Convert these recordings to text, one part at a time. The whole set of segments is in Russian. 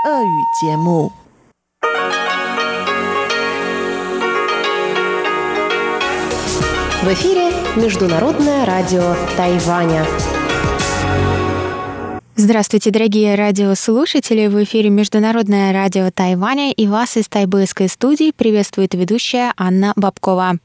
俄语节目。 В эфире Международное радио Тайваня. Здравствуйте, дорогие радиослушатели! В эфире Международное радио Тайваня, и вас из тайбэйской студии приветствует ведущая Анна Бабкова.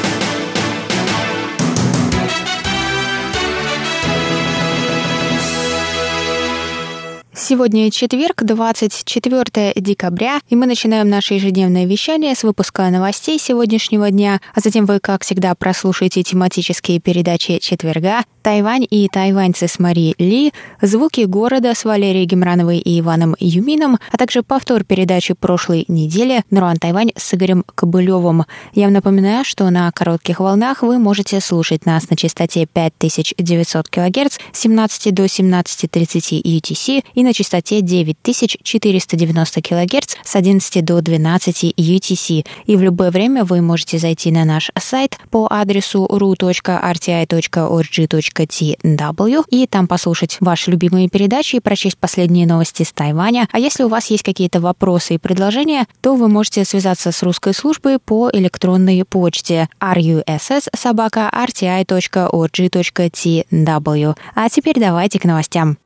Сегодня четверг, 24 декабря, и мы начинаем наше ежедневное вещание с выпуска новостей сегодняшнего дня, а затем вы, как всегда, прослушаете тематические передачи четверга «Тайвань и тайваньцы» с Марией Ли, «Звуки города» с Валерией Гемрановой и Иваном Юмином, а также повтор передачи прошлой недели «Нуруан Тайвань» с Игорем Кобылевым. Я вам напоминаю, что на коротких волнах вы можете слушать нас на частоте 5900 кГц с 17 до 17:30 UTC и на частоте 9490 кГц с 11 до 12 UTC. И в любое время вы можете зайти на наш сайт по адресу ru.rti.org.tw и там послушать ваши любимые передачи и прочесть последние новости с Тайваня. А если у вас есть какие-то вопросы и предложения, то вы можете связаться с русской службой по электронной почте russ@rti.org.tw. А теперь давайте к новостям.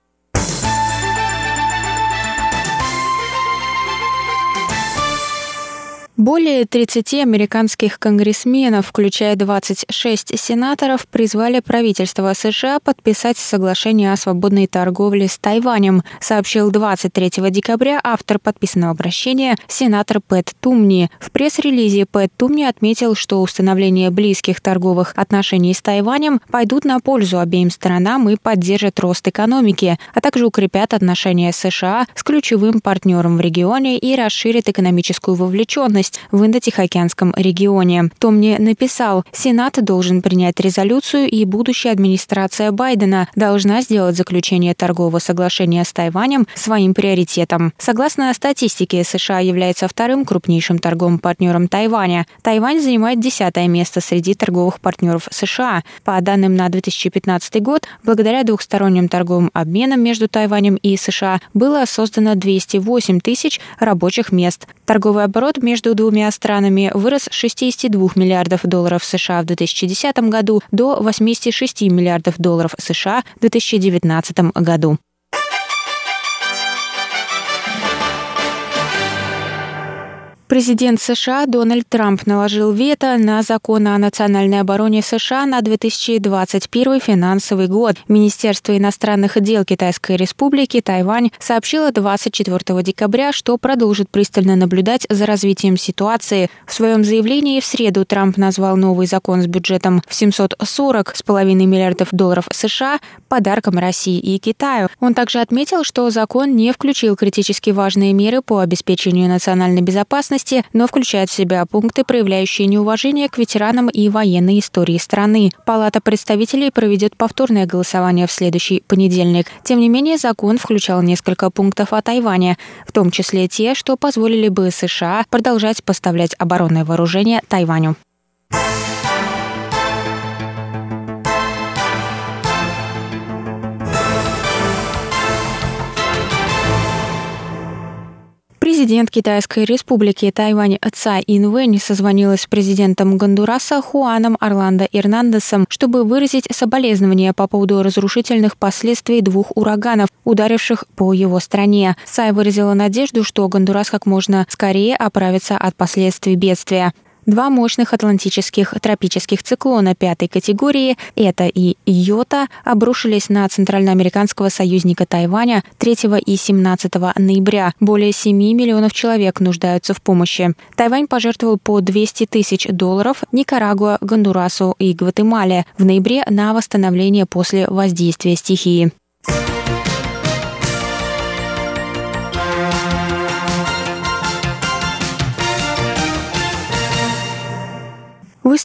Более 30 американских конгрессменов, включая 26 сенаторов, призвали правительство США подписать соглашение о свободной торговле с Тайванем, сообщил 23 декабря автор подписанного обращения сенатор Пэт Тумни. В пресс-релизе Пэт Тумни отметил, что установление близких торговых отношений с Тайванем пойдут на пользу обеим сторонам и поддержат рост экономики, а также укрепят отношения США с ключевым партнером в регионе и расширят экономическую вовлеченность в Индо-Тихоокеанском регионе. Томни написал: «Сенат должен принять резолюцию, и будущая администрация Байдена должна сделать заключение торгового соглашения с Тайванем своим приоритетом». Согласно статистике, США является вторым крупнейшим торговым партнером Тайваня. Тайвань занимает 10-е место среди торговых партнеров США. По данным на 2015 год, благодаря двухсторонним торговым обменам между Тайванем и США было создано 208 тысяч рабочих мест. Торговый оборот между двумя странами вырос с 62 миллиардов долларов США в 2010 году до 86 миллиардов долларов США в 2019 году. Президент США Дональд Трамп наложил вето на закон о национальной обороне США на 2021 финансовый год. Министерство иностранных дел Китайской Республики Тайвань сообщило 24 декабря, что продолжит пристально наблюдать за развитием ситуации. В своем заявлении в среду Трамп назвал новый закон с бюджетом в 740,5 миллиардов долларов США подарком России и Китаю. Он также отметил, что закон не включил критически важные меры по обеспечению национальной безопасности, но включает в себя пункты, проявляющие неуважение к ветеранам и военной истории страны. Палата представителей проведет повторное голосование в следующий понедельник. Тем не менее, закон включал несколько пунктов о Тайване, в том числе те, что позволили бы США продолжать поставлять оборонное вооружение Тайваню. Президент Китайской Республики Тайвань Цай Инвэнь созвонилась с президентом Гондураса Хуаном Орландо Эрнандесом, чтобы выразить соболезнования по поводу разрушительных последствий двух ураганов, ударивших по его стране. Цай выразила надежду, что Гондурас как можно скорее оправится от последствий бедствия. Два мощных атлантических тропических циклона 5-й категории, Эта и Йота, обрушились на центральноамериканского союзника Тайваня 3 и 17 ноября. Более 7 миллионов человек нуждаются в помощи. Тайвань пожертвовал по $200 тысяч Никарагуа, Гондурасу и Гватемале в ноябре на восстановление после воздействия стихии.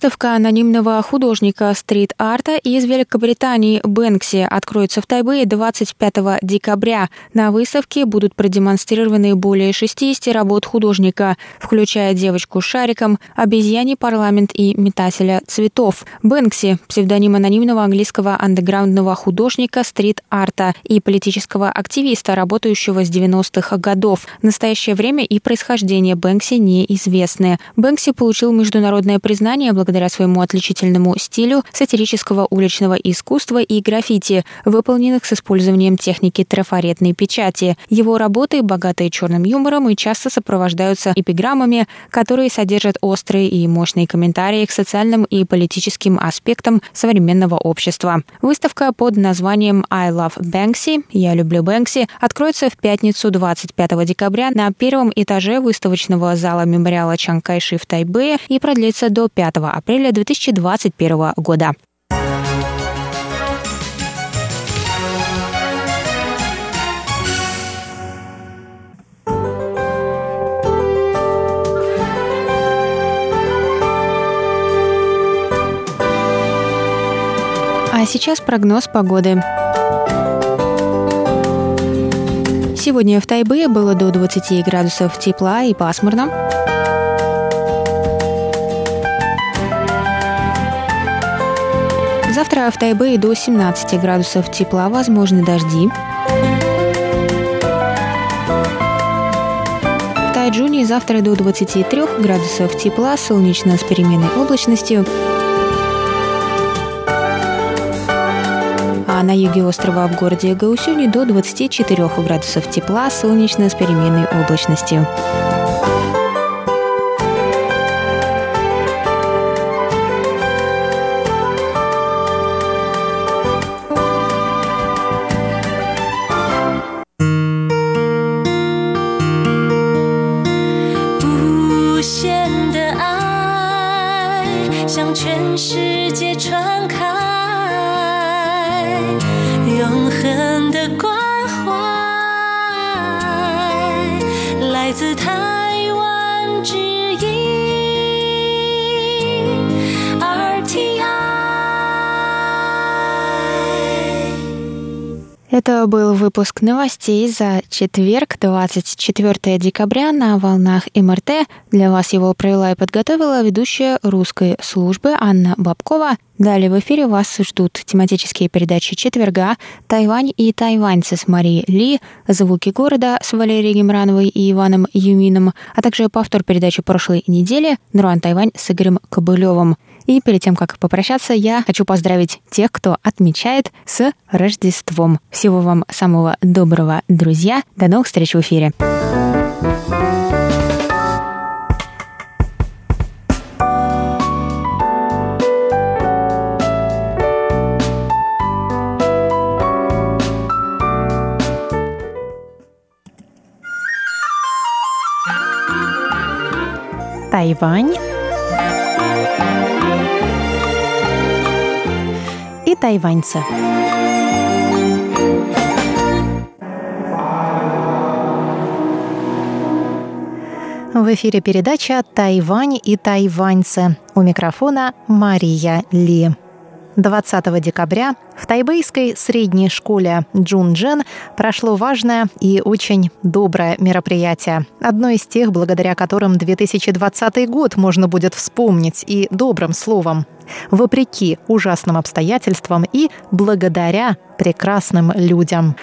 Выставка анонимного художника стрит-арта из Великобритании Бэнкси откроется в Тайбэе 25 декабря. На выставке будут продемонстрированы более 60 работ художника, включая девочку с шариком, обезьяний парламент и метателя цветов. Бэнкси – псевдоним анонимного английского андеграундного художника стрит-арта и политического активиста, работающего с 90-х годов. В настоящее время и происхождение Бэнкси неизвестны. Бэнкси получил международное признание благодаря своему отличительному стилю сатирического уличного искусства и граффити, выполненных с использованием техники трафаретной печати. Его работы, богатые черным юмором, и часто сопровождаются эпиграммами, которые содержат острые и мощные комментарии к социальным и политическим аспектам современного общества. Выставка под названием «I Love Banksy» «Я люблю Бэнкси» откроется в пятницу 25 декабря на первом этаже выставочного зала мемориала Чанг Кайши в Тайбэе и продлится до 5 апреля 2021 года. А сейчас прогноз погоды. Сегодня в Тайбэе было до 20 градусов тепла и пасмурно. Завтра в Тайбэе до 17 градусов тепла, возможны дожди. В Тайчжуне завтра до 23 градусов тепла, солнечно с переменной облачностью. А на юге острова в городе Гаосюне до 24 градусов тепла, солнечно с переменной облачностью. Это был выпуск новостей за четверг, 24 декабря на волнах МРТ. Для вас его провела и подготовила ведущая русской службы Анна Бабкова. Далее в эфире вас ждут тематические передачи четверга «Тайвань и тайваньцы» с Марией Ли, «Звуки города» с Валерией Гемрановой и Иваном Юмином, а также повтор передачи прошлой недели «Наруан Тайвань» с Игорем Кобылевым. И перед тем, как попрощаться, я хочу поздравить тех, кто отмечает с Рождеством. Всего вам самого доброго, друзья. До новых встреч в эфире. Тайвань и тайваньцы. В эфире передача «Тайвань и тайваньцы». У микрофона Мария Ли. 20 декабря в тайбэйской средней школе Джунчжэн прошло важное и очень доброе мероприятие. Одно из тех, благодаря которым 2020 год можно будет вспомнить и добрым словом. Вопреки ужасным обстоятельствам и благодаря прекрасным людям.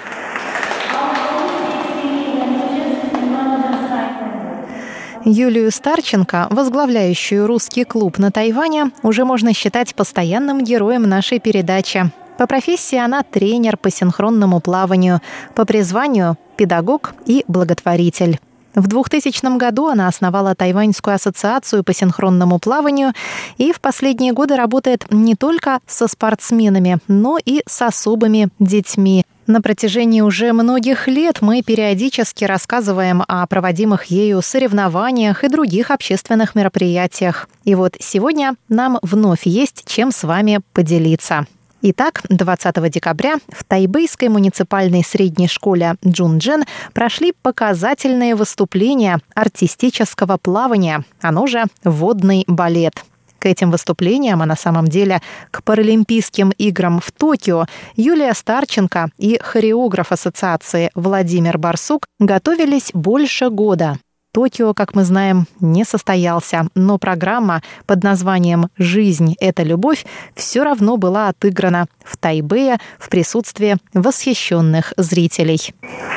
Юлию Старченко, возглавляющую русский клуб на Тайване, уже можно считать постоянным героем нашей передачи. По профессии она тренер по синхронному плаванию, по призванию – педагог и благотворитель. В 2000 году она основала Тайваньскую ассоциацию по синхронному плаванию и в последние годы работает не только со спортсменами, но и с особыми детьми. На протяжении уже многих лет мы периодически рассказываем о проводимых ею соревнованиях и других общественных мероприятиях. И вот сегодня нам вновь есть чем с вами поделиться. Итак, 20 декабря в тайбэйской муниципальной средней школе Джунчжэн прошли показательные выступления артистического плавания, оно же водный балет. К этим выступлениям, а на самом деле к Паралимпийским играм в Токио, Юлия Старченко и хореограф ассоциации Владимир Барсук готовились больше года. Токио, как мы знаем, не состоялся, но программа под названием «Жизнь – это любовь» все равно была отыграна в Тайбэе в присутствии восхищенных зрителей.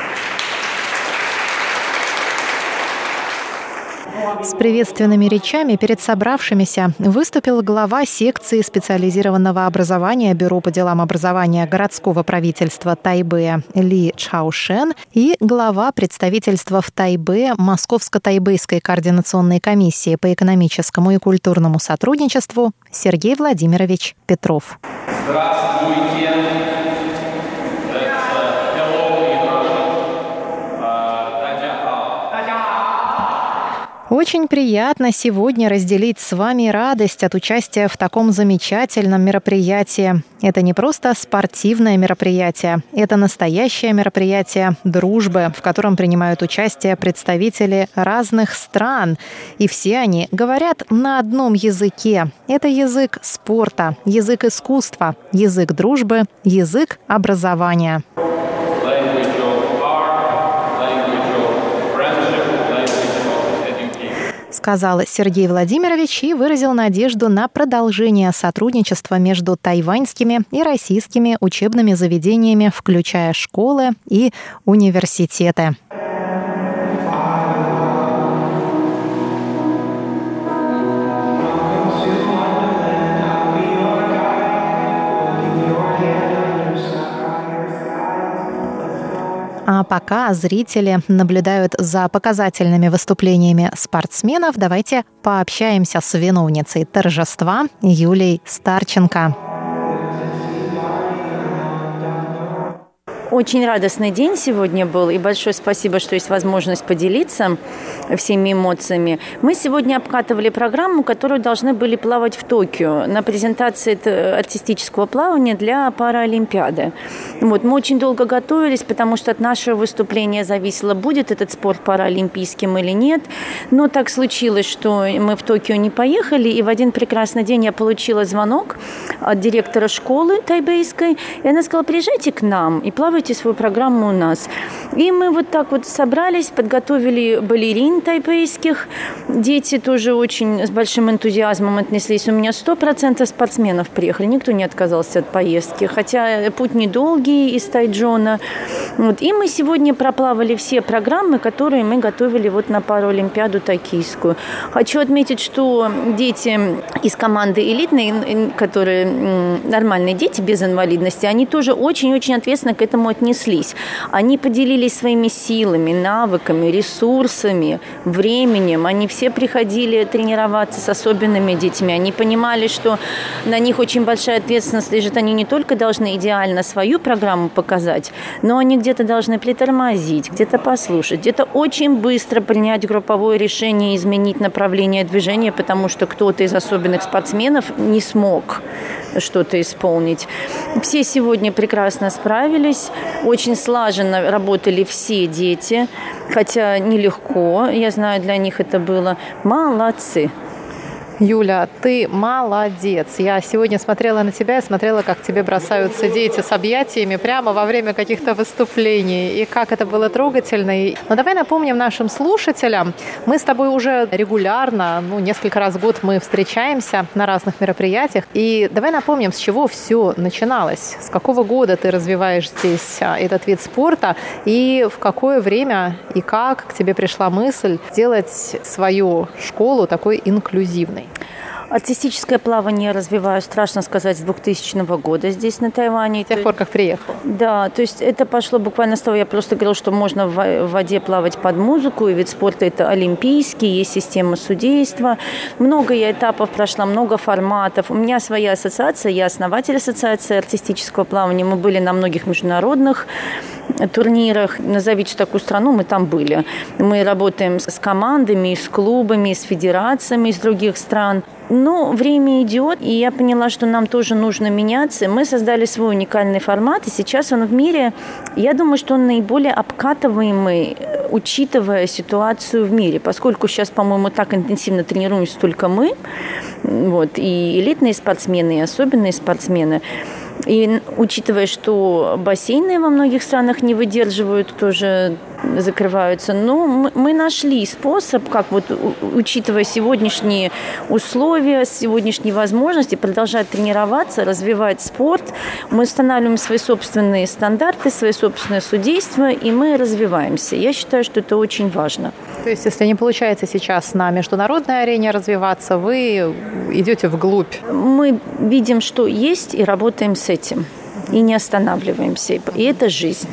С приветственными речами перед собравшимися выступил глава секции специализированного образования Бюро по делам образования городского правительства Тайбэя Ли Чаошен и глава представительства в Тайбэе Московско-Тайбэйской координационной комиссии по экономическому и культурному сотрудничеству Сергей Владимирович Петров. Здравствуйте! Очень приятно сегодня разделить с вами радость от участия в таком замечательном мероприятии. Это не просто спортивное мероприятие, это настоящее мероприятие дружбы, в котором принимают участие представители разных стран. И все они говорят на одном языке. Это язык спорта, язык искусства, язык дружбы, язык образования. Сказал Сергей Владимирович и выразил надежду на продолжение сотрудничества между тайваньскими и российскими учебными заведениями, включая школы и университеты. А пока зрители наблюдают за показательными выступлениями спортсменов, давайте пообщаемся с виновницей торжества Юлией Старченко. Очень радостный день сегодня был, и большое спасибо, что есть возможность поделиться всеми эмоциями. Мы сегодня обкатывали программу, которую должны были плавать в Токио на презентации артистического плавания для Паралимпиады. Мы очень долго готовились, потому что от нашего выступления зависело, будет этот спорт паралимпийским или нет. Но так случилось, что мы в Токио не поехали, и в один прекрасный день я получила звонок от директора школы тайбэйской, и она сказала: приезжайте к нам и плавайте свою программу у нас. И мы вот так вот собрались, подготовили балерин тайбэйских. Дети тоже очень с большим энтузиазмом отнеслись. У меня 100% спортсменов приехали, никто не отказался от поездки, хотя путь недолгий из Тайчжона. И мы сегодня проплавали все программы, которые мы готовили на Паралимпиаду токийскую. Хочу отметить, что дети из команды элитной, которые нормальные дети без инвалидности, они тоже очень-очень ответственно к этому отнеслись. Они поделились своими силами, навыками, ресурсами, временем. Они все приходили тренироваться с особенными детьми. Они понимали, что на них очень большая ответственность лежит. Они не только должны идеально свою программу показать, но они где-то должны притормозить, где-то послушать, где-то очень быстро принять групповое решение и изменить направление движения, потому что кто-то из особенных спортсменов не смог что-то исполнить. Все сегодня прекрасно справились. Очень слаженно работали все дети, хотя нелегко. Я знаю, для них это было. Молодцы. Юля, ты молодец. Я сегодня смотрела на тебя и смотрела, как к тебе бросаются дети с объятиями прямо во время каких-то выступлений. И как это было трогательно. Но давай напомним нашим слушателям. Мы с тобой уже регулярно, несколько раз в год мы встречаемся на разных мероприятиях. И давай напомним, с чего все начиналось. С какого года ты развиваешь здесь этот вид спорта. И в какое время и как к тебе пришла мысль сделать свою школу такой инклюзивной. Артистическое плавание развиваю, страшно сказать, с 2000 года здесь, на Тайване. С тех пор, как приехал. Да, то есть это пошло буквально с того, я просто говорила, что можно в воде плавать под музыку, и вид спорта это олимпийский, есть система судейства. Много я этапов прошла, много форматов. У меня своя ассоциация, я основатель ассоциации артистического плавания. Мы были на многих международных турнирах. Назовите такую страну, мы там были. Мы работаем с командами, с клубами, с федерациями из других стран. Но время идет, и я поняла, что нам тоже нужно меняться. Мы создали свой уникальный формат, и сейчас он в мире, я думаю, что он наиболее обкатываемый, учитывая ситуацию в мире. Поскольку сейчас, по-моему, так интенсивно тренируемся только мы, Вот, и элитные спортсмены, и особенные спортсмены. И учитывая, что бассейны во многих странах не выдерживают, тоже закрываются. Но мы нашли способ, как вот, учитывая сегодняшние условия, сегодняшние возможности, продолжать тренироваться, развивать спорт. Мы устанавливаем свои собственные стандарты, свои собственное судейство, и мы развиваемся. Я считаю, что это очень важно. То есть, если не получается сейчас на международной арене развиваться, вы идете вглубь? Мы видим, что есть, и работаем с этим. И не останавливаемся. И это жизнь.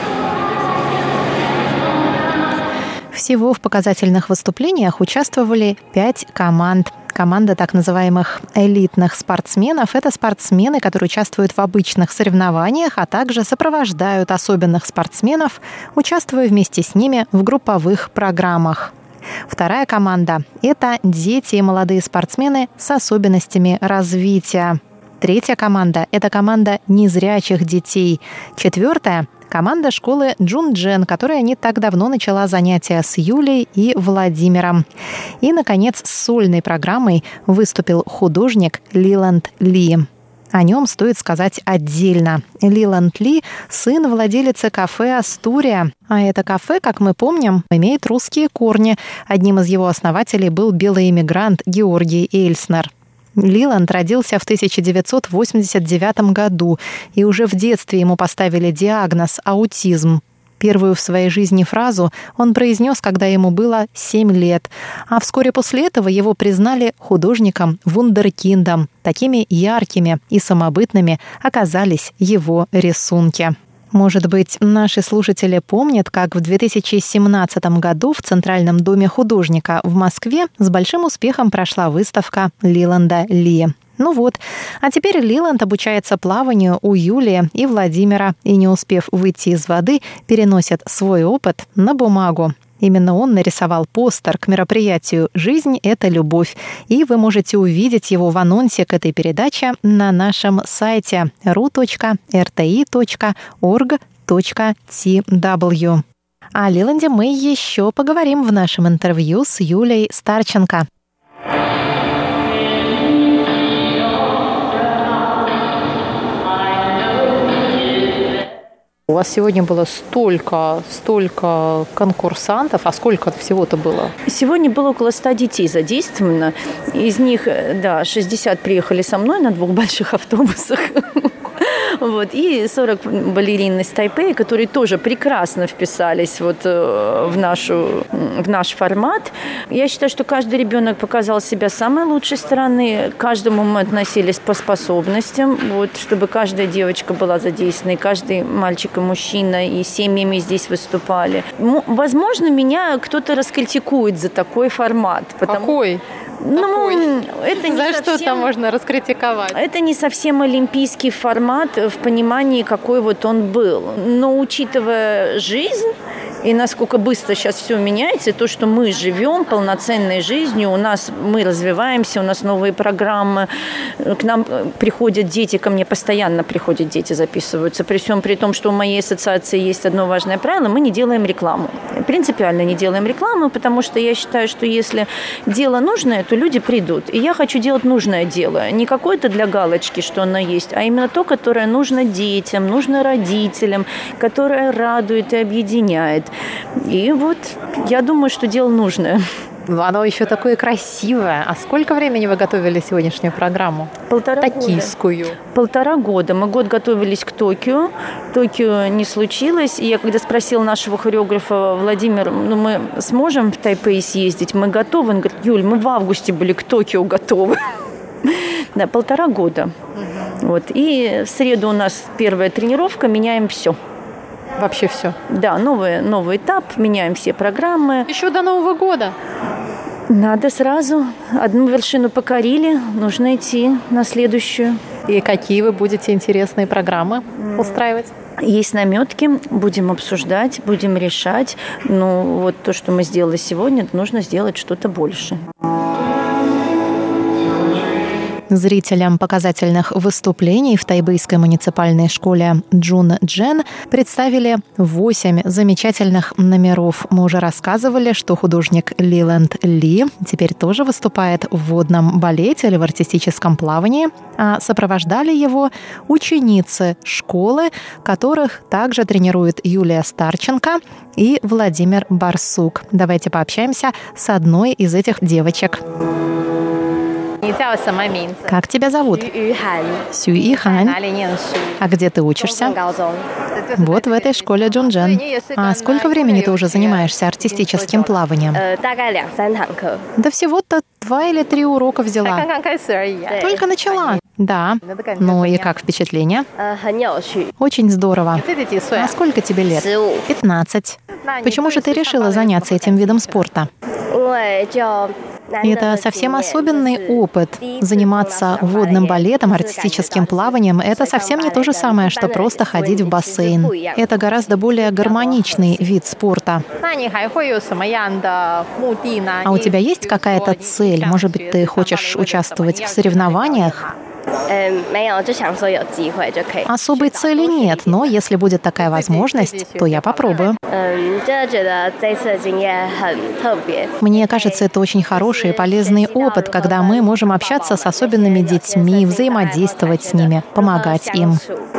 Всего в показательных выступлениях участвовали 5 команд. Команда так называемых элитных спортсменов – это спортсмены, которые участвуют в обычных соревнованиях, а также сопровождают особенных спортсменов, участвуя вместе с ними в групповых программах. Вторая команда – это дети и молодые спортсмены с особенностями развития. Третья команда – это команда незрячих детей. Четвертая – команда школы Джунджен, которая не так давно начала занятия с Юлей и Владимиром. И, наконец, с сольной программой выступил художник Лиланд Ли. О нем стоит сказать отдельно. Лиланд Ли – сын владелицы кафе «Астурия». А это кафе, как мы помним, имеет русские корни. Одним из его основателей был белый эмигрант Георгий Эльснер. Лиланд родился в 1989 году, и уже в детстве ему поставили диагноз «аутизм». Первую в своей жизни фразу он произнес, когда ему было 7 лет, а вскоре после этого его признали художником-вундеркиндом. Такими яркими и самобытными оказались его рисунки. Может быть, наши слушатели помнят, как в 2017 году в Центральном доме художника в Москве с большим успехом прошла выставка Лиланда Ли. Ну вот, а теперь Лиланд обучается плаванию у Юлии и Владимира, и, не успев выйти из воды, переносит свой опыт на бумагу. Именно он нарисовал постер к мероприятию «Жизнь – это любовь». И вы можете увидеть его в анонсе к этой передаче на нашем сайте ru.rti.org.tw. О Лиланде мы еще поговорим в нашем интервью с Юлей Старченко. У вас сегодня было столько конкурсантов. А сколько всего-то было? Сегодня было около 100 детей задействовано. Из них, 60 приехали со мной на 2 больших автобусах. Вот, и 40 балерин из Тайпэя, которые тоже прекрасно вписались вот в наш формат. Я считаю, что каждый ребенок показал себя с самой лучшей стороны. К каждому мы относились по способностям, вот, чтобы каждая девочка была задействована, и каждый мальчик и мужчина, и семьями здесь выступали. Возможно, меня кто-то раскритикует за такой формат. Какой? Это не за совсем... что-то можно раскритиковать. Это не совсем олимпийский формат в понимании, какой вот он был. Но учитывая жизнь и насколько быстро сейчас все меняется, и то, что мы живем полноценной жизнью, мы развиваемся, у нас новые программы, к нам приходят дети, ко мне постоянно приходят дети, записываются. При всем при том, что у моей ассоциации есть одно важное правило, мы не делаем рекламу. Принципиально не делаем рекламу, потому что я считаю, что если дело нужное, то люди придут. И я хочу делать нужное дело. Не какое-то для галочки, что оно есть, а именно то, которое нужно детям, нужно родителям, которое радует и объединяет. И вот я думаю, что дело нужное. Оно еще такое красивое. А сколько времени вы готовили сегодняшнюю программу? 1,5 Токийскую. года. 1,5 года. Мы год готовились к Токио. Токио не случилось. И я когда спросила нашего хореографа Владимира, мы сможем в Тайпэй съездить? Мы готовы? Он говорит: Юль, мы в августе были к Токио готовы. Да, 1,5 года. Вот. И в среду у нас первая тренировка, меняем все. Вообще все? Да, новый этап, меняем все программы. Еще до Нового года? Надо сразу. Одну вершину покорили, нужно идти на следующую. И какие вы будете интересные программы устраивать? Есть наметки, будем обсуждать, будем решать. Вот то, что мы сделали сегодня, нужно сделать что-то больше. Зрителям показательных выступлений в тайбэйской муниципальной школе Джун-Джен представили 8 замечательных номеров. Мы уже рассказывали, что художник Лиланд Ли теперь тоже выступает в водном балете или в артистическом плавании, а сопровождали его ученицы школы, которых также тренирует Юлия Старченко и Владимир Барсук. Давайте пообщаемся с одной из этих девочек. Как тебя зовут? Сюй Хань. А где ты учишься? Вот в этой школе Джун-Джен. А сколько времени ты уже занимаешься артистическим плаванием? Да всего-то 2 или 3 урока взяла. Только начала. Да. Ну и как впечатление? Очень здорово. А сколько тебе лет? 15. Почему же ты решила заняться этим видом спорта? Это совсем особенный опыт. Заниматься водным балетом, артистическим плаванием – это совсем не то же самое, что просто ходить в бассейн. Это гораздо более гармоничный вид спорта. А у тебя есть какая-то цель? Может быть, ты хочешь участвовать в соревнованиях? Особой цели нет, но если будет такая возможность, то я попробую. Мне кажется, это очень хороший и полезный опыт, когда мы можем общаться с особенными детьми, взаимодействовать с ними, помогать им.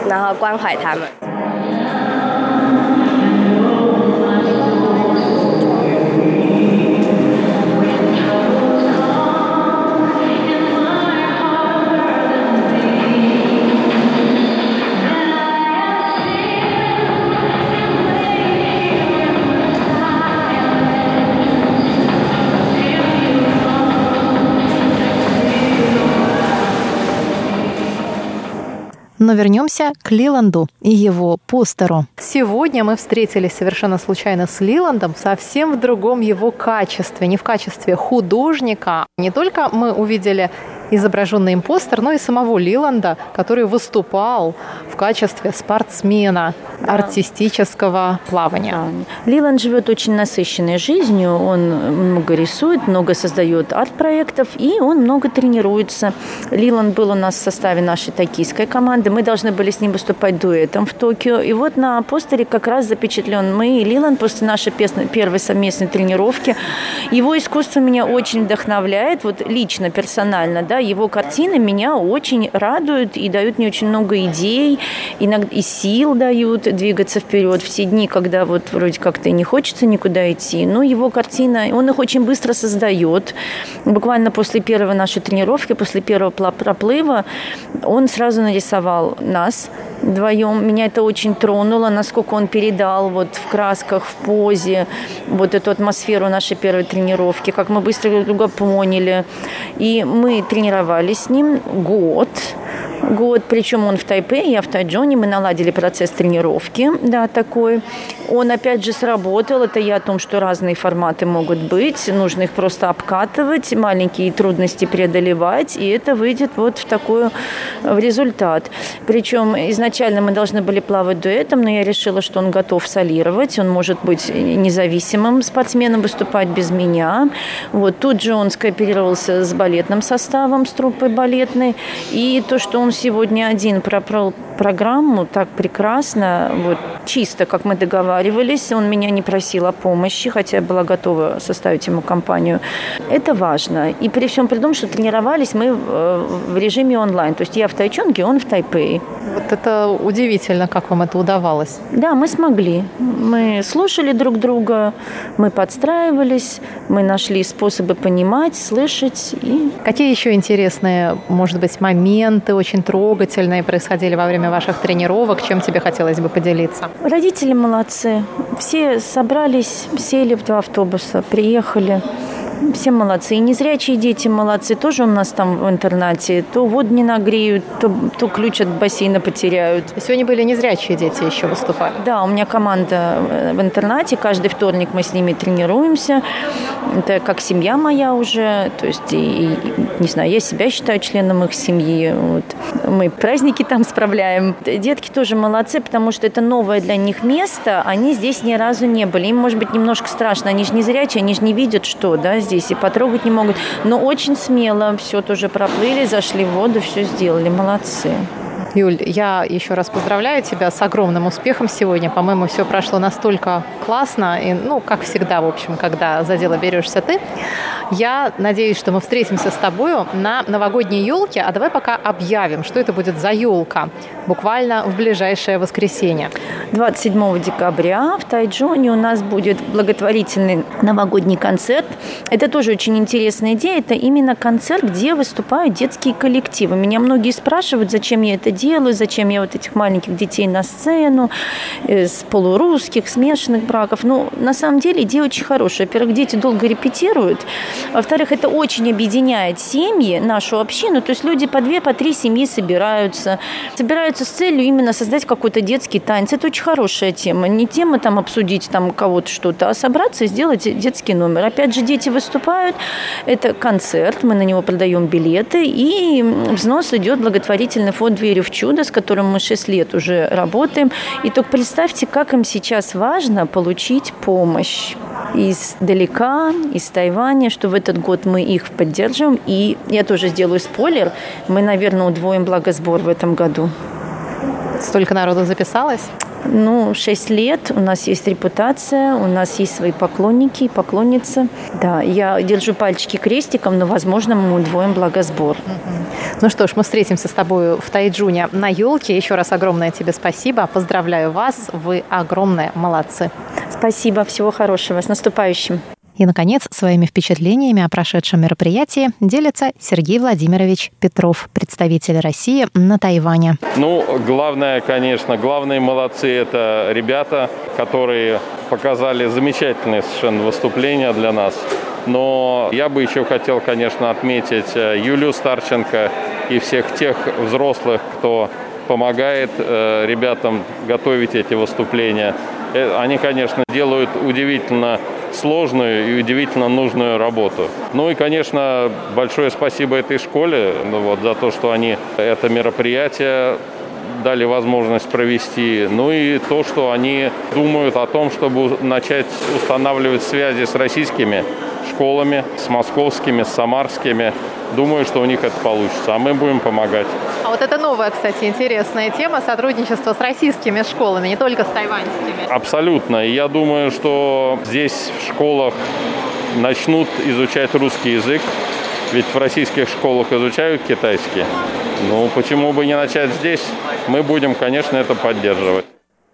Но вернемся к Лиланду и его постеру. Сегодня мы встретились совершенно случайно с Лиландом совсем в другом его качестве, не в качестве художника. Не только мы увидели изображенный им постер, но и самого Лиланда, который выступал в качестве спортсмена артистического плавания. Лиланд живет очень насыщенной жизнью, он много рисует, много создает арт-проектов, и он много тренируется. Лиланд был у нас в составе нашей токийской команды, мы должны были с ним выступать дуэтом в Токио, и вот на постере как раз запечатлен мы и Лиланд после нашей первой совместной тренировки. Его искусство меня очень вдохновляет, вот лично, персонально, да, его картины меня очень радуют и дают мне очень много идей, иногда и сил дают двигаться вперед в те дни, когда вот вроде как-то и не хочется никуда идти. Но его картина, он их очень быстро создает. Буквально после первой нашей тренировки, после первого проплыва, он сразу нарисовал нас вдвоем. Меня это очень тронуло, насколько он передал вот в красках, в позе вот эту атмосферу нашей первой тренировки, как мы быстро друг друга поняли. И мы тренировались с ним год, причем он в Тайпе, я в Тайчжоне, мы наладили процесс тренировки, да, такой. Он опять же сработал, это я о том, что разные форматы могут быть, нужно их просто обкатывать, маленькие трудности преодолевать, и это выйдет вот в результат. Причем изначально мы должны были плавать дуэтом, но я решила, что он готов солировать, он может быть независимым спортсменом, выступать без меня. Вот тут же он скооперировался с балетным составом, с труппой балетной, и то, что он сегодня один пропал программу так прекрасно, вот чисто, как мы договаривались. Он меня не просил о помощи, хотя я была готова составить ему компанию. Это важно. И при всем при том, что тренировались мы в режиме онлайн. То есть я в Тайчонге, он в Тайпэе. Вот это удивительно, как вам это удавалось. Да, мы смогли. Мы слушали друг друга, мы подстраивались, мы нашли способы понимать, слышать. Какие еще интересные, может быть, моменты, очень трогательные происходили во время ваших тренировок? Чем тебе хотелось бы поделиться? Родители молодцы. Все собрались, сели в 2 автобуса, приехали. Все молодцы. И незрячие дети молодцы. Тоже у нас там в интернате. То воду не нагреют, то ключ от бассейна потеряют. Сегодня были незрячие дети еще выступали? Да, у меня команда в интернате. Каждый вторник мы с ними тренируемся. Это как семья моя уже, то есть, не знаю, я себя считаю членом их семьи. Вот. Мы праздники там справляем. Детки тоже молодцы, потому что это новое для них место, они здесь ни разу не были. Им, может быть, немножко страшно, они же не зрячие, они же не видят, что, да, здесь, и потрогать не могут. Но очень смело все тоже проплыли, зашли в воду, все сделали, молодцы. Юль, я еще раз поздравляю тебя с огромным успехом сегодня. По-моему, все прошло настолько классно. И, как всегда, в общем, когда за дело берешься ты. Я надеюсь, что мы встретимся с тобою на новогодней елке. А давай пока объявим, что это будет за елка. Буквально в ближайшее воскресенье. 27 декабря в Тайчжуне у нас будет благотворительный новогодний концерт. Это тоже очень интересная идея. Это именно концерт, где выступают детские коллективы. Меня многие спрашивают, зачем я это делаю, зачем я вот этих маленьких детей на сцену, с полурусских, смешанных браков. Но на самом деле идея очень хорошая. Во-первых, дети долго репетируют. Во-вторых, это очень объединяет семьи, нашу общину. То есть люди по 2, по 3 семьи собираются с целью именно создать какой-то детский танец. Это очень хорошая тема. Не тема там обсудить там кого-то что-то, а собраться и сделать детский номер. Опять же, дети выступают. Это концерт, мы на него продаем билеты, и взнос идет благотворительный фонд «Верю в чудо», с которым мы 6 лет уже работаем. И только представьте, как им сейчас важно получить помощь издалека, из Тайваня, что в этот год мы их поддержим. И я тоже сделаю спойлер, мы, наверное, удвоим благосбор в этом году. Столько народу записалось? 6 лет, у нас есть репутация, у нас есть свои поклонники и поклонницы. Да, я держу пальчики крестиком, но, возможно, мы удвоим благосбор. Ну что ж, мы встретимся с тобой в Тайчжуне на елке. Еще раз огромное тебе спасибо. Поздравляю вас, вы огромные молодцы. Спасибо, всего хорошего, с наступающим. И, наконец, своими впечатлениями о прошедшем мероприятии делится Сергей Владимирович Петров, представитель России на Тайване. Главные молодцы – это ребята, которые показали замечательные совершенно выступления для нас. Но я бы еще хотел, конечно, отметить Юлию Старченко и всех тех взрослых, кто помогает ребятам готовить эти выступления. Они, конечно, делают удивительно сложную и удивительно нужную работу. И, конечно, большое спасибо этой школе за то, что они это мероприятие дали возможность провести. И то, что они думают о том, чтобы начать устанавливать связи с российскими школами, с московскими, с самарскими. Думаю, что у них это получится, а мы будем помогать. А вот это новая, кстати, интересная тема сотрудничества с российскими школами, не только с тайваньскими. Абсолютно. И я думаю, что здесь в школах начнут изучать русский язык, ведь в российских школах изучают китайский. Почему бы не начать здесь? Мы будем, конечно, это поддерживать.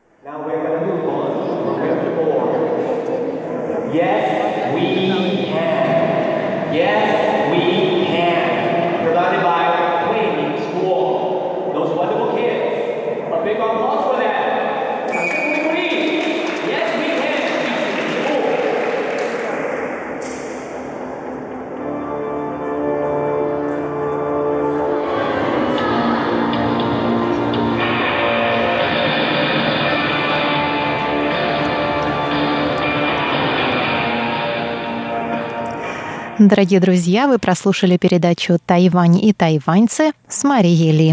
Дорогие друзья, вы прослушали передачу «Тайвань и тайваньцы» с Марией Ли.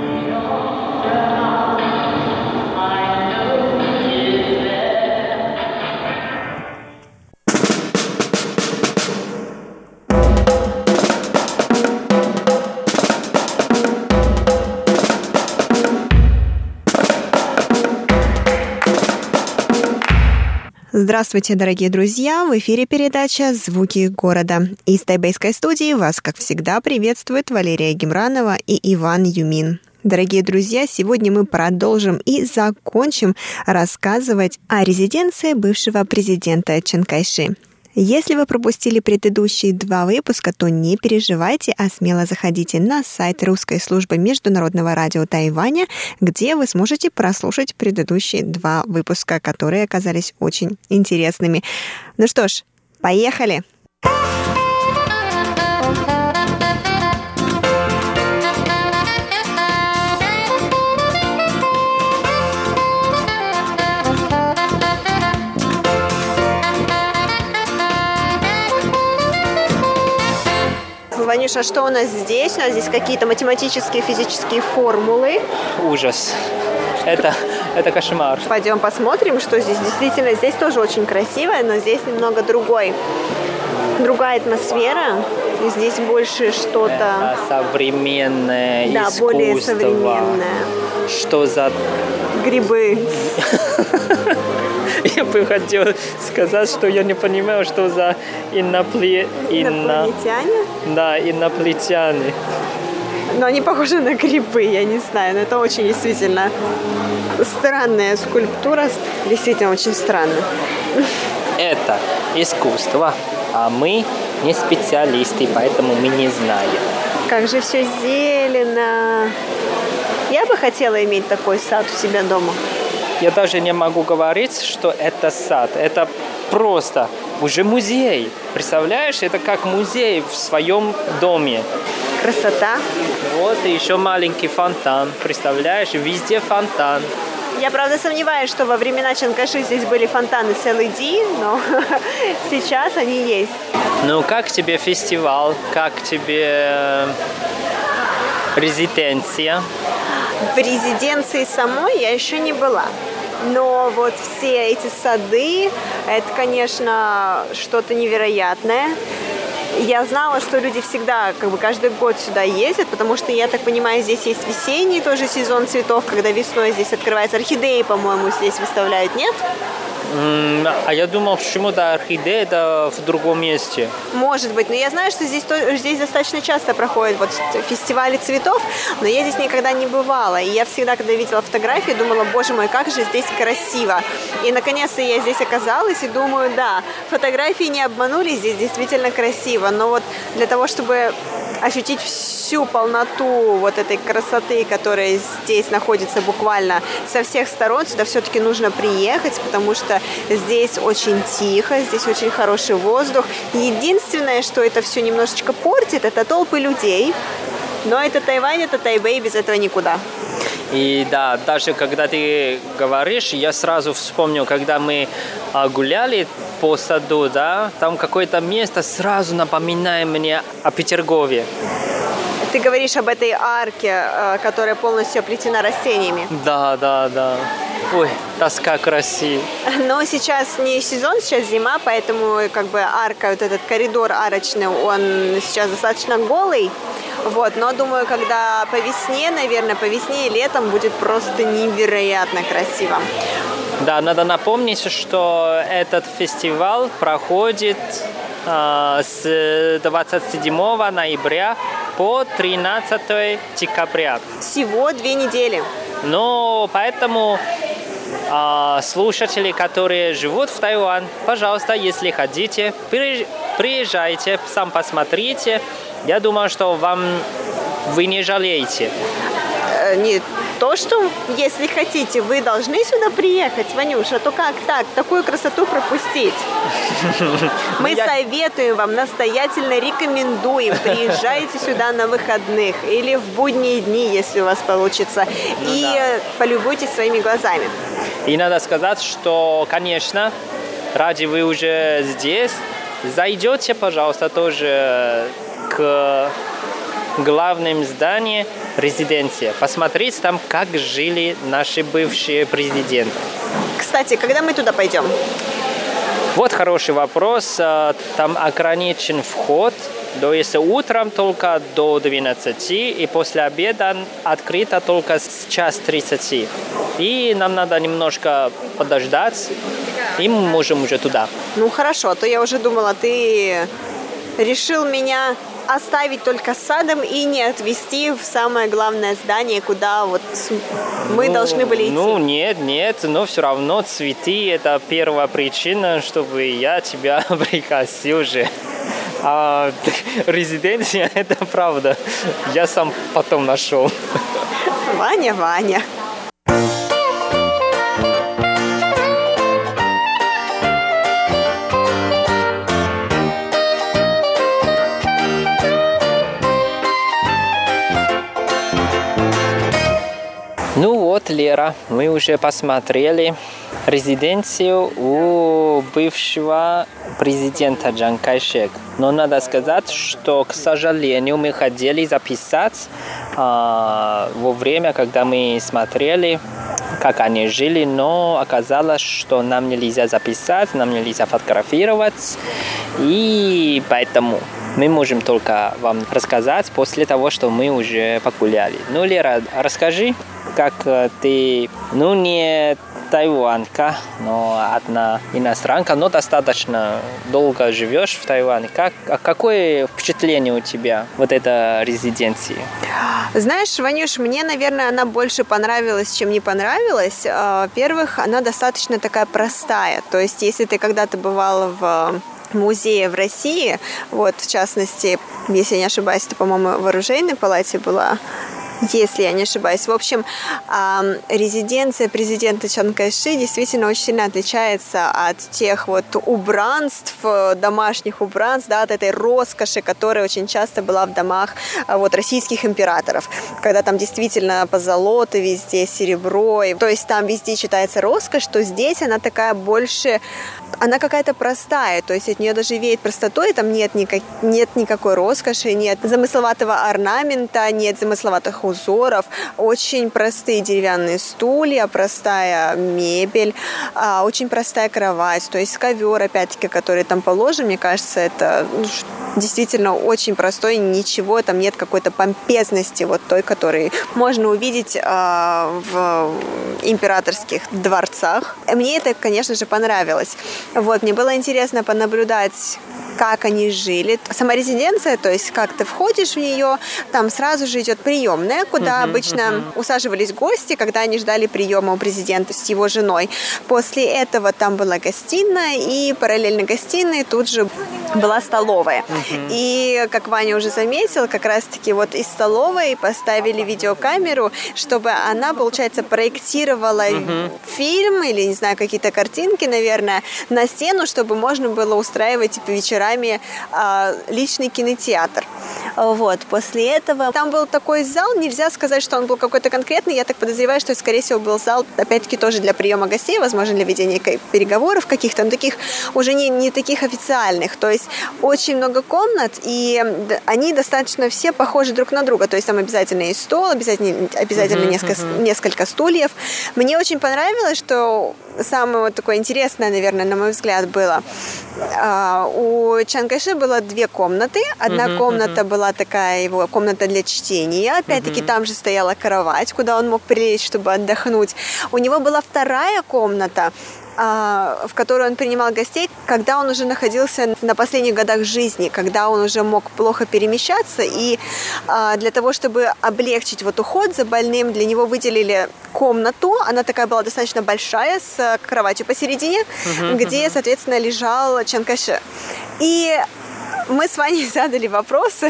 Здравствуйте, дорогие друзья! В эфире передача «Звуки города». Из тайбэйской студии вас, как всегда, приветствуют Валерия Гемранова и Иван Юмин. Дорогие друзья, сегодня мы продолжим и закончим рассказывать о резиденции бывшего президента Чан Кайши. Если вы пропустили предыдущие 2 выпуска, то не переживайте, а смело заходите на сайт русской службы Международного радио Тайваня, где вы сможете прослушать предыдущие 2 выпуска, которые оказались очень интересными. Ну что ж, поехали! Ванюша, что у нас здесь? У нас здесь какие-то математические, физические формулы. Ужас. Это кошмар. Пойдем посмотрим, что здесь. Действительно, здесь тоже очень красиво, но здесь немного другая атмосфера. И здесь больше что-то... Это современное искусство. Да, более современное. Что за... Грибы. Я бы хотел сказать, что я не понимаю, что за Инопланетяне? Да, инопланетяне. Но они похожи на грибы, я не знаю. Но это очень действительно странная скульптура. Действительно очень странно. Это искусство, а мы не специалисты, поэтому мы не знаем. Как же все зелено. Я бы хотела иметь такой сад у себя дома. Я даже не могу говорить, что это сад. Это просто уже музей. Представляешь, это как музей в своем доме. Красота. Вот и еще маленький фонтан. Представляешь, везде фонтан. Я, правда, сомневаюсь, что во времена Чанкаши здесь были фонтаны целый день, но сейчас они есть. Ну, как тебе фестиваль? Как тебе резиденция? В резиденции самой я еще не была. Но вот все эти сады, это, конечно, что-то невероятное. Я знала, что люди всегда, каждый год сюда ездят, потому что, я так понимаю, здесь есть весенний тоже сезон цветов, когда весной здесь открывается орхидеи, по-моему, здесь выставляют, нет? А я думал, почему-то орхидея это в другом месте. Может быть, но я знаю, что здесь достаточно часто проходят вот фестивали цветов, но я здесь никогда не бывала. И я всегда, когда видела фотографии, думала, боже мой, как же здесь красиво. И наконец-то я здесь оказалась и думаю, да, фотографии не обманули, здесь действительно красиво. Но вот для того, чтобы ощутить всю полноту вот этой красоты, которая здесь находится буквально со всех сторон, сюда все-таки нужно приехать, потому что здесь очень тихо, здесь очень хороший воздух. Единственное, что это все немножечко портит, это толпы людей. Но это Тайвань, это Тайбэй, без этого никуда. И да, даже когда ты говоришь, я сразу вспомнил, когда мы гуляли по саду, да, там какое-то место сразу напоминает мне о Петергове. Ты говоришь об этой арке, которая полностью оплетена растениями. Да. Ой, тоска красивая. Но сейчас не сезон, сейчас зима, поэтому арка, вот этот коридор арочный, он сейчас достаточно голый. Вот, но думаю, когда по весне и летом будет просто невероятно красиво. Да, надо напомнить, что этот фестиваль проходит с 27 ноября по 13 декабря. Всего 2 недели. Ну, поэтому слушатели, которые живут в Тайване, пожалуйста, если хотите, приезжайте, сам посмотрите. Я думаю, что вы не жалеете. Не то, что если хотите, вы должны сюда приехать, Ванюша, то как так, такую красоту пропустить? Мы советуем вам, настоятельно рекомендуем, приезжайте сюда на выходных или в будние дни, если у вас получится, и полюбуйтесь своими глазами. И надо сказать, что, конечно, ради вы уже здесь, зайдете, пожалуйста, тоже к главным зданиям резиденции. Посмотреть там, как жили наши бывшие президенты. Кстати, когда мы туда пойдем? Вот хороший вопрос. Там ограничен вход. То есть утром только до 12, и после обеда открыто только с 1:30. И нам надо немножко подождать, и мы можем уже туда. Ну хорошо, а то я уже думала, ты решил меня оставить только с садом и не отвезти в самое главное здание, куда вот мы должны были идти. Ну, нет, но все равно цветы – это первая причина, чтобы я тебя пригласил же. А резиденция – это правда. Я сам потом нашел. Ваня. Ну Вот, Лера, мы уже посмотрели резиденцию у бывшего президента Чан Кай-шек. Но надо сказать, что, к сожалению, мы хотели записать во время, когда мы смотрели, как они жили, но оказалось, что нам нельзя записать, нам нельзя фотографировать, и поэтому мы можем только вам рассказать после того, что мы уже погуляли. Ну, Лера, расскажи, как ты, не тайванька, но одна иностранка, но достаточно долго живешь в Тайване. Какое впечатление у тебя вот этой резиденции? Знаешь, Ванюш, мне, наверное, она больше понравилась, чем не понравилась. Во-первых, она достаточно такая простая. То есть, если ты когда-то бывала в музее в России, вот, в частности, если я не ошибаюсь, это, по-моему, в оружейной палате была, если я не ошибаюсь. В общем, резиденция президента Чан Кайши действительно очень сильно отличается от тех вот убранств, домашних убранств, да, от этой роскоши, которая очень часто была в домах вот, российских императоров, когда там действительно позолота везде, серебро, то есть там везде читается роскошь, то здесь она такая больше, она какая-то простая, то есть от нее даже веет простотой, там нет никакой роскоши, нет замысловатого орнамента, нет замысловатых узоров, очень простые деревянные стулья, простая мебель, очень простая кровать, то есть ковер, опять-таки, который там положен, мне кажется, это действительно очень простой, ничего, там нет какой-то помпезности, вот той, которую можно увидеть в императорских дворцах. Мне это, конечно же, понравилось. Вот, мне было интересно понаблюдать, как они жили. Сама резиденция, то есть как ты входишь в нее, там сразу же идет приемная, куда обычно усаживались гости, когда они ждали приема у президента с его женой. После этого там была гостиная, и параллельно гостиной тут же была столовая. И, как Ваня уже заметил, как раз-таки вот из столовой поставили видеокамеру, чтобы она, получается, проектировала фильм или, не знаю, какие-то картинки, наверное, на стену, чтобы можно было устраивать типа вечерами личный кинотеатр. Вот. После этого там был такой зал, нельзя сказать, что он был какой-то конкретный, я так подозреваю, что, скорее всего, был зал, опять-таки, тоже для приема гостей, возможно, для ведения переговоров каких-то, но таких уже не таких официальных. То есть очень много комнат, и они достаточно все похожи друг на друга. То есть там обязательно есть стол, обязательно несколько стульев. Мне очень понравилось, что самое вот такое интересное, наверное, на мой взгляд, было. У Чан Кайши было 2 комнаты. Одна комната была такая его комната для чтения. Опять-таки там же стояла кровать, куда он мог прилечь, чтобы отдохнуть. У него была вторая комната, в которой он принимал гостей, когда он уже находился на последних годах жизни, когда он уже мог плохо перемещаться, и для того, чтобы облегчить вот уход за больным, для него выделили комнату, она такая была достаточно большая, с кроватью посередине, где, соответственно, лежал Чан Кайши. И мы с Ваней задали вопросы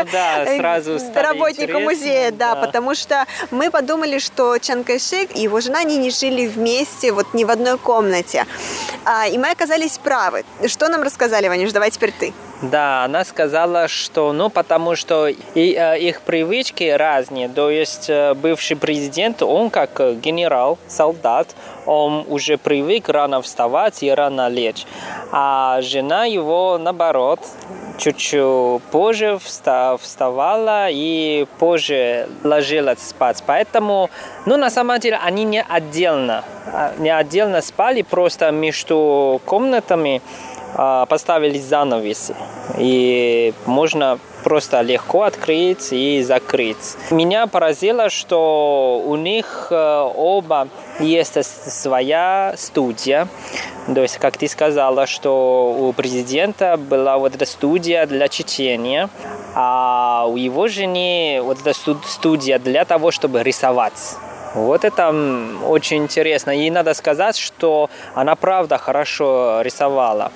работнику музея, потому что мы подумали, что Чан Кайши и его жена, они не жили вместе, вот ни в одной комнате. И мы оказались правы. Что нам рассказали, Ванюш? Давай теперь ты. Да, она сказала, что, потому что их привычки разные. То есть бывший президент, он как генерал, солдат, он уже привык рано вставать и рано лечь. А жена его, наоборот, чуть-чуть позже вставала и позже ложилась спать. Поэтому, на самом деле, они не отдельно спали, просто между комнатами поставили занавесы. И можно просто легко открыть и закрыть. Меня поразило, что у них оба есть своя студия. То есть, как ты сказала, что у президента была вот эта студия для чтения, а у его жены вот эта студия для того, чтобы рисовать. Вот это очень интересно. И надо сказать, что она правда хорошо рисовала.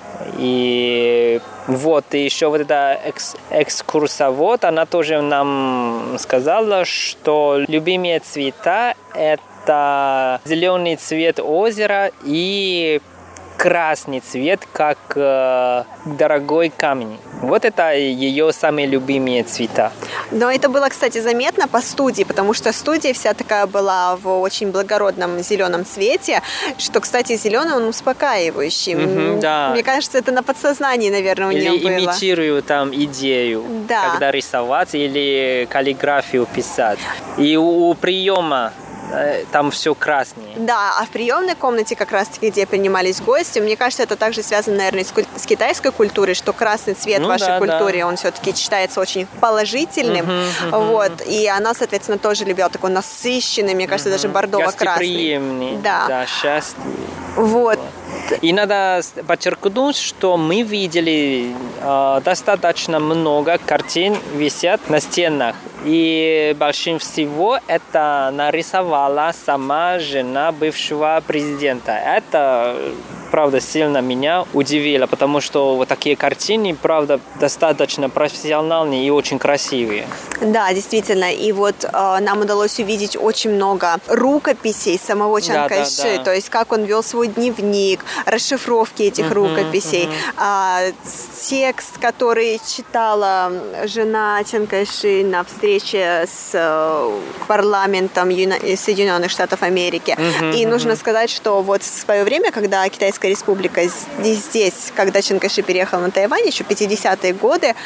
И еще вот эта экскурсовод, она тоже нам сказала, что любимые цвета – это зеленый цвет озера и красный цвет, как дорогой камень. Вот это ее самые любимые цвета. Но это было, кстати, заметно по студии, потому что студия вся такая была в очень благородном зеленом цвете, что, кстати, зеленый он успокаивающий. Да. Мне кажется, это на подсознании, наверное, у нее было. Или имитирую там идею, да. Когда рисовать или каллиграфию писать. И у приема там все краснее. Да, а в приемной комнате, как раз-таки, где принимались гости, мне кажется, это также связано, наверное, с китайской культурой, что красный цвет в вашей культуре, он все-таки считается очень положительным. Вот. И она, соответственно, тоже любила такой насыщенный, мне кажется, даже бордово-красный. Гостеприимный. Да, счастье. Вот. И надо подчеркнуть, что мы видели достаточно много картин висят на стенах. И большинство это нарисовала сама жена бывшего президента. Это, правда, сильно меня удивило, потому что вот такие картины, правда, достаточно профессиональные и очень красивые. Да, действительно. И вот нам удалось увидеть очень много рукописей самого Чан Кайши, то есть как он вел свой дневник, расшифровки этих рукописей, текст, который читала жена Чан Кайши на встрече с парламентом Соединенных Штатов Америки. И нужно сказать, что вот в свое время, когда Китайская республика здесь, когда Чан Кайши переехал на Тайвань, еще 50-е годы,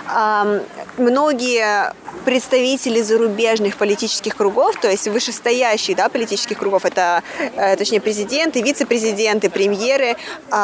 многие представители зарубежных политических кругов, то есть вышестоящих, да, политических кругов, это, точнее, президенты, вице-президенты, премьеры,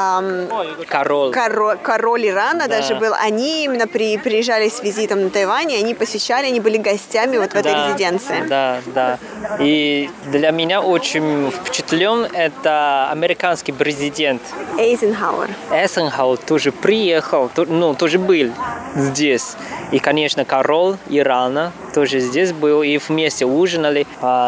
король Ирана даже был, они именно приезжали с визитом на Тайвань, и они посещали, они были гостями вот в этой резиденции. Да. И для меня очень впечатлен это американский президент. Эйзенхауэр тоже приехал, тоже был здесь. И, конечно, король Ирана тоже здесь был, и вместе ужинали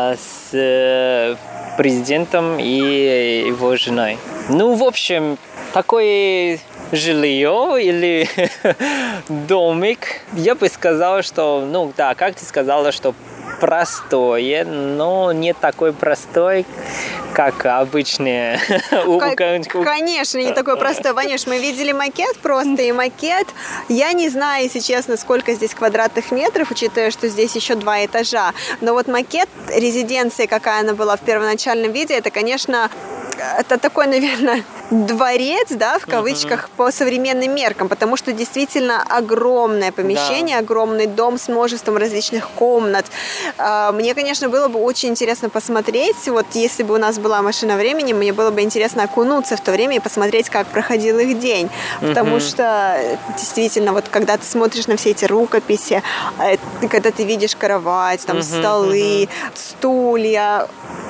с президентом и его женой. В общем, такое жилье или домик, я бы сказал, что, как ты сказала, что простое, но не такой простой, как обычные. Конечно, не такой простой. Ванюш, мы видели макет просто, и макет, я не знаю, если честно, сколько здесь квадратных метров, учитывая, что здесь еще 2 этажа, но вот макет резиденции, какая она была в первоначальном виде, это, конечно, это такой, наверное, дворец, да, в кавычках, по современным меркам, потому что действительно огромное помещение, огромный дом с множеством различных комнат. Мне, конечно, было бы очень интересно посмотреть, вот если бы у нас была машина времени, мне было бы интересно окунуться в то время и посмотреть, как проходил их день, потому что действительно, вот когда ты смотришь на все эти рукописи, когда ты видишь кровать, там столы, стулья,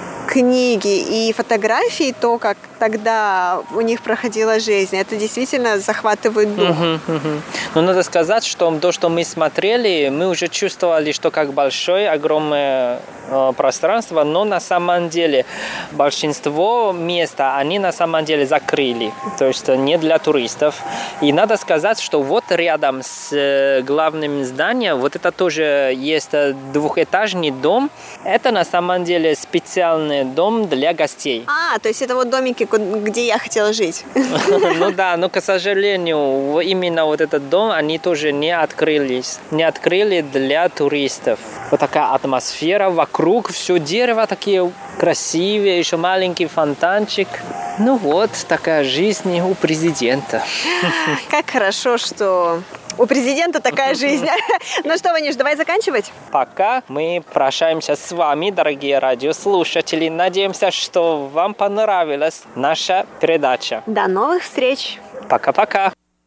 книги и фотографии, то, как тогда у них проходила жизнь, это действительно захватывает дух. Но надо сказать, что то, что мы смотрели, мы уже чувствовали, что как большое, огромное пространство, но на самом деле большинство места они на самом деле закрыли, то есть не для туристов. И надо сказать, что вот рядом с главным зданием, вот это тоже есть двухэтажный дом, это на самом деле специальный дом для гостей. То есть это вот домики, где я хотела жить. Но, к сожалению, именно вот этот дом, они тоже не открыли для туристов. Вот такая атмосфера, вокруг все дерево такие красивые, еще маленький фонтанчик. Вот такая жизнь у президента. Как хорошо, что у президента такая жизнь. Ну что, Ванюш, давай заканчивать? Пока мы прощаемся с вами, дорогие радиослушатели. Надеемся, что вам понравилась наша передача. До новых встреч. Пока-пока.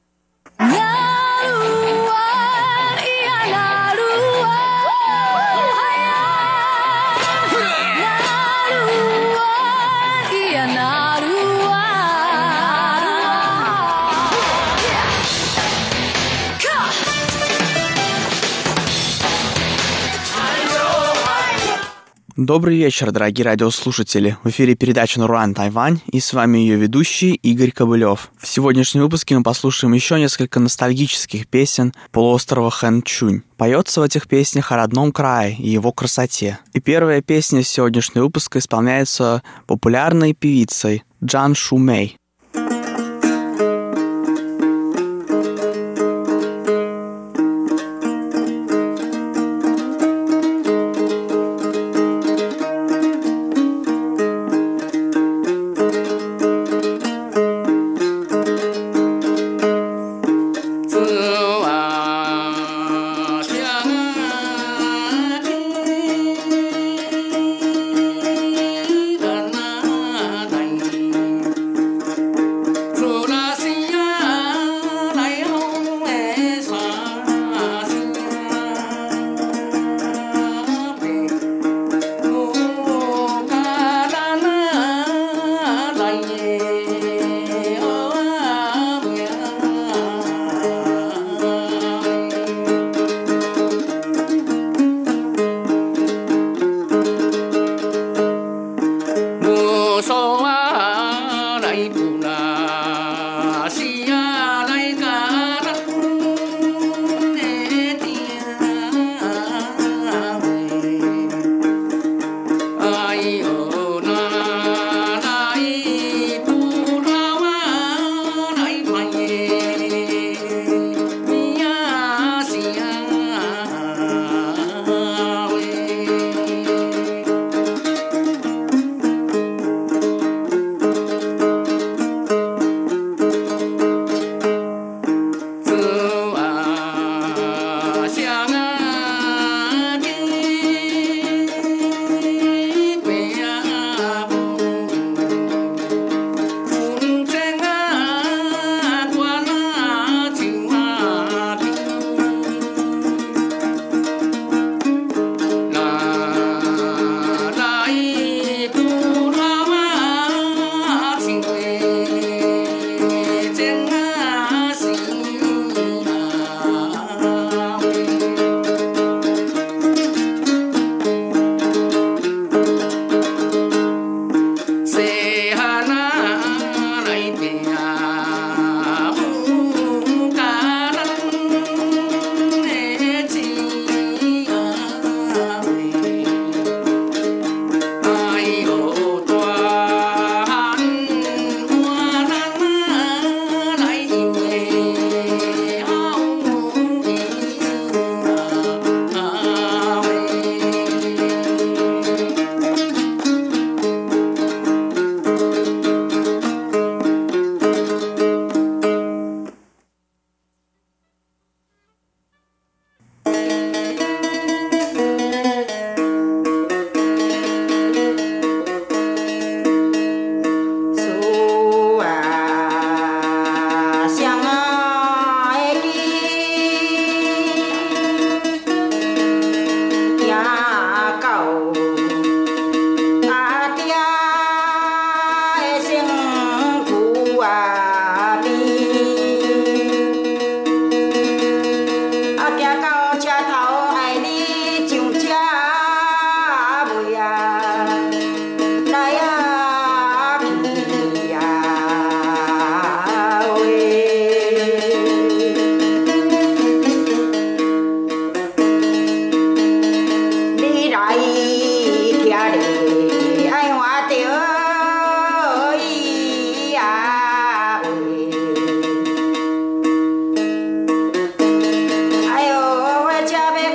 Добрый вечер, дорогие радиослушатели. В эфире передача «Наруан Тайвань», и с вами ее ведущий Игорь Кобылев. В сегодняшнем выпуске мы послушаем еще несколько ностальгических песен полуострова Хэнчунь. Поется в этих песнях о родном крае и его красоте. И первая песня сегодняшнего выпуска исполняется популярной певицей Джан Шумэй. Cha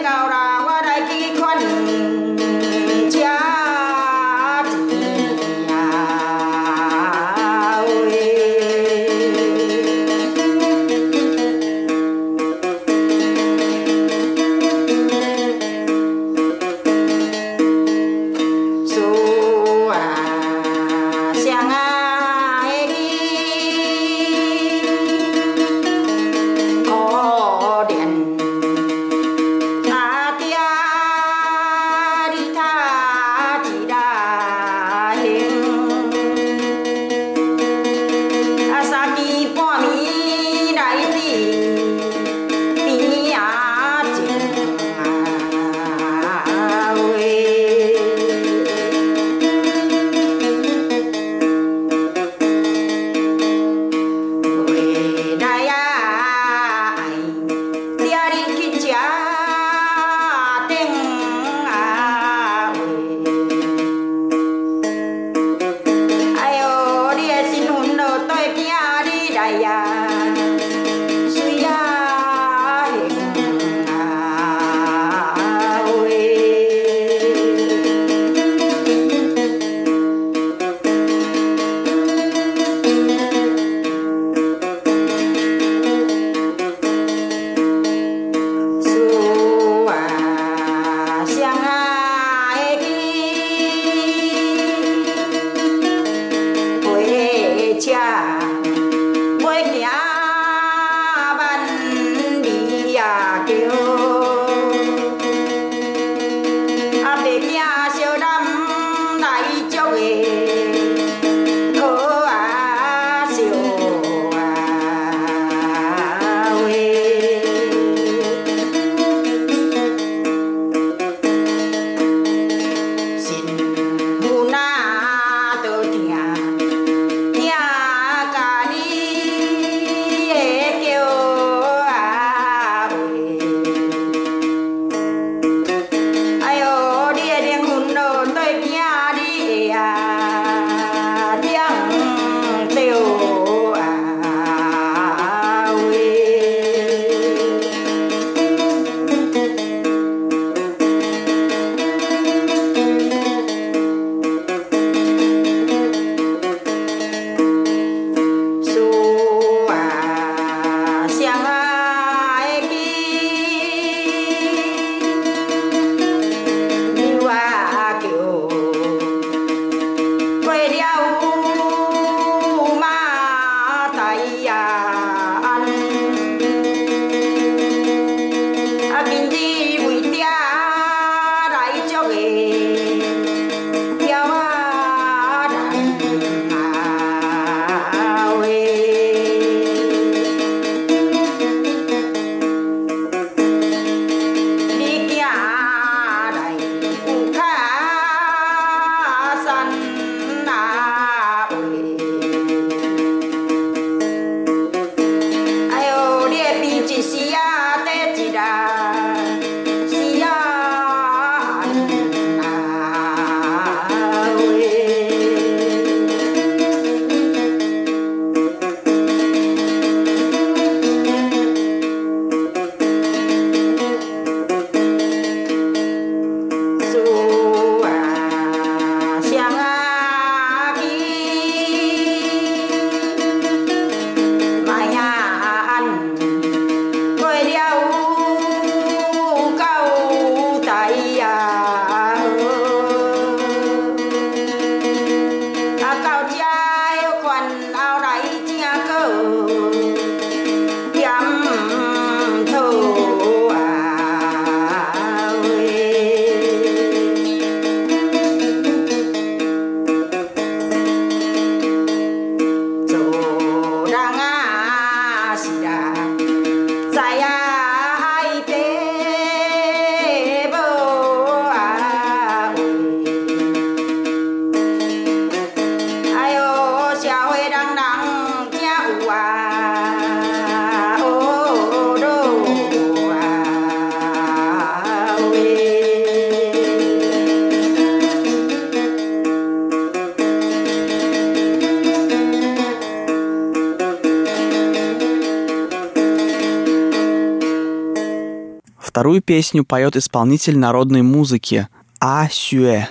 Вторую песню поет исполнитель народной музыки А Сюэ.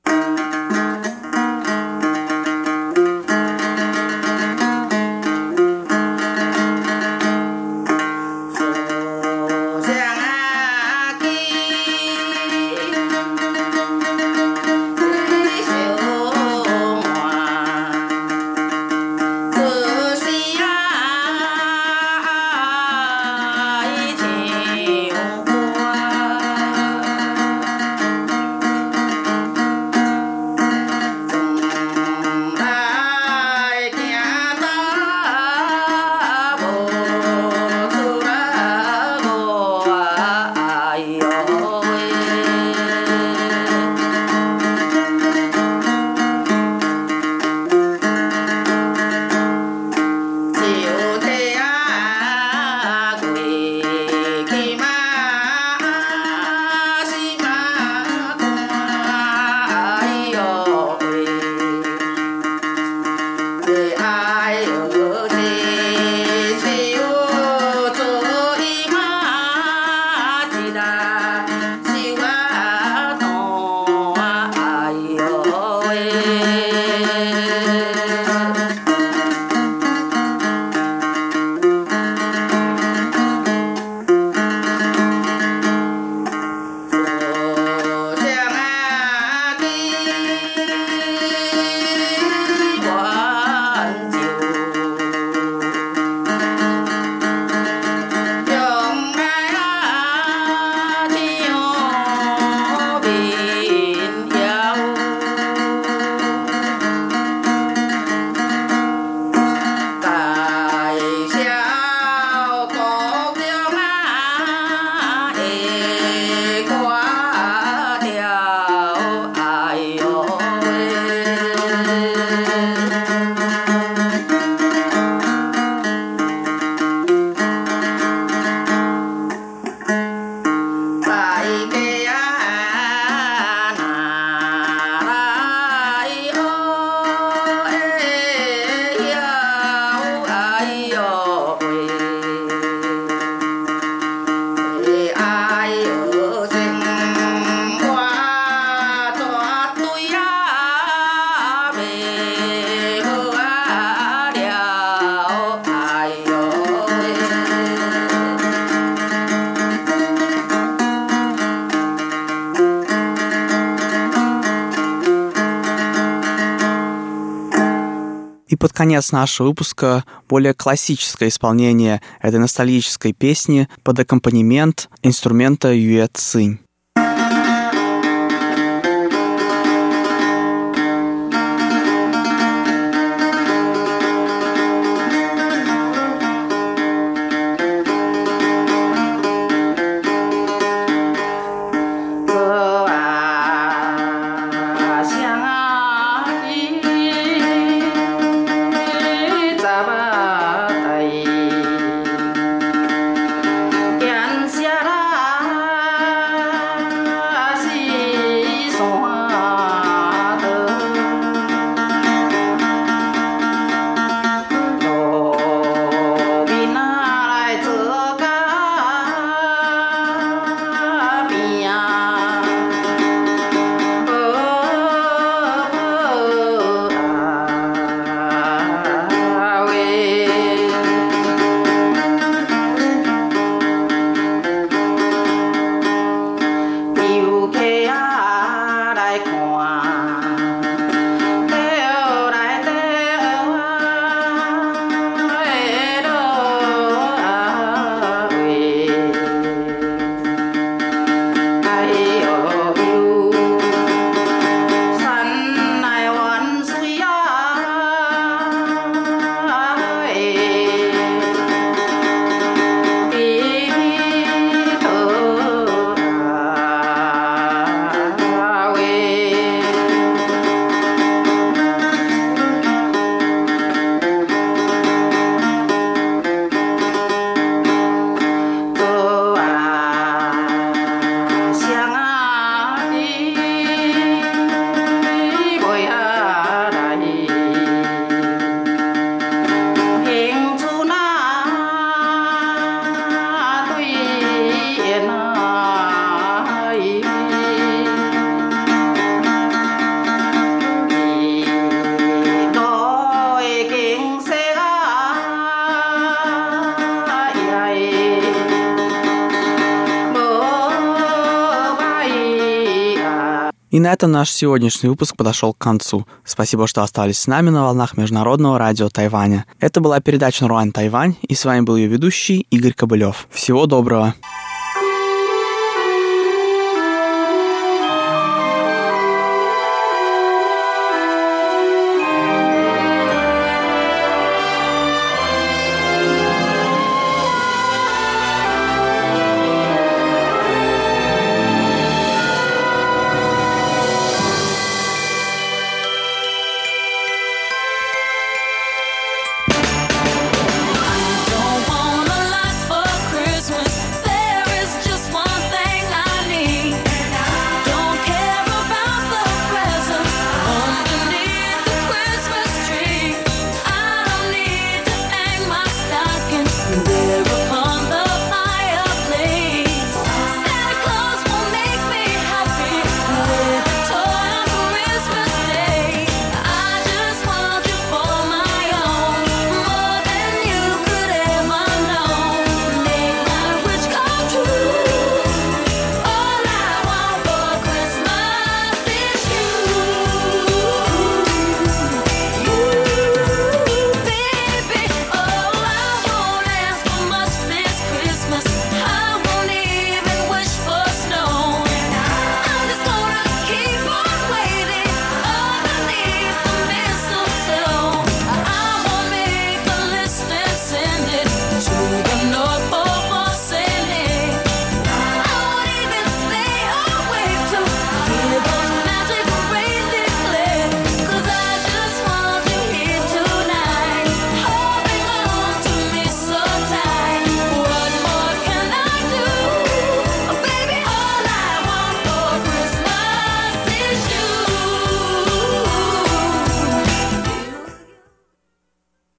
И под конец нашего выпуска более классическое исполнение этой ностальгической песни под аккомпанемент инструмента юэ цинь. И на этом наш сегодняшний выпуск подошел к концу. Спасибо, что остались с нами на волнах Международного радио Тайваня. Это была передача «Наруан Тайвань», и с вами был ее ведущий Игорь Кобылев. Всего доброго!